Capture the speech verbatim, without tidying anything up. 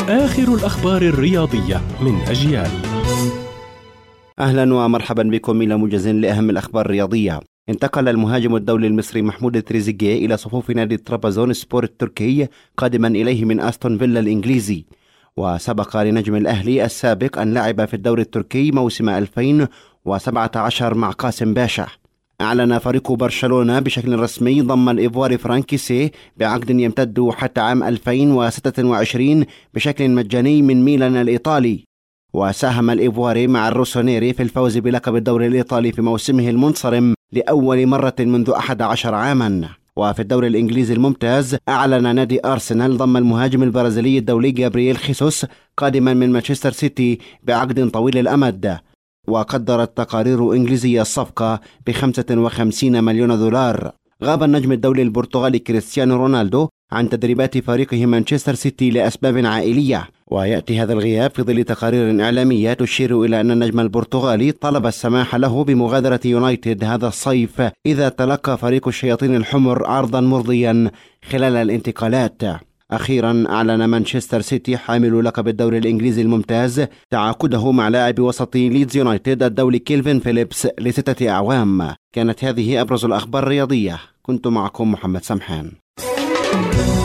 آخر الأخبار الرياضية من أجيال. أهلا ومرحبا بكم إلى موجز لأهم الأخبار الرياضية. انتقل المهاجم الدولي المصري محمود تريزيجيه إلى صفوف نادي طرابزون سبور التركي قادما إليه من أستون فيلا الإنجليزي. وسبق لنجم الأهلي السابق أن لعب في الدوري التركي موسم ألفين وسبعة عشر مع قاسم باشا. أعلن فريق برشلونة بشكل رسمي ضم الإيفواري فرانكيسي بعقد يمتد حتى عام ألفين وستة وعشرين بشكل مجاني من ميلان الإيطالي. وساهم الإيفواري مع الروسونيري في الفوز بلقب الدوري الإيطالي في موسمه المنصرم لأول مرة منذ أحد عشر عاما. وفي الدوري الإنجليزي الممتاز أعلن نادي أرسنال ضم المهاجم البرازيلي الدولي جابرييل خيسوس قادما من مانشستر سيتي بعقد طويل الأمد. وقدرت تقارير إنجليزية الصفقة ب خمسة وخمسين مليون دولار. غاب النجم الدولي البرتغالي كريستيانو رونالدو عن تدريبات فريقه مانشستر سيتي لأسباب عائلية. ويأتي هذا الغياب في ظل تقارير إعلامية تشير إلى أن النجم البرتغالي طلب السماح له بمغادرة يونايتد هذا الصيف إذا تلقى فريق الشياطين الحمر عرضا مرضيا خلال الانتقالات. أخيرا أعلن مانشستر سيتي حامل لقب الدوري الإنجليزي الممتاز تعاقده مع لاعب وسط ليدز يونايتد الدولي كيلفين فيليبس لستة أعوام. كانت هذه أبرز الأخبار الرياضية. كنت معكم محمد سمحان.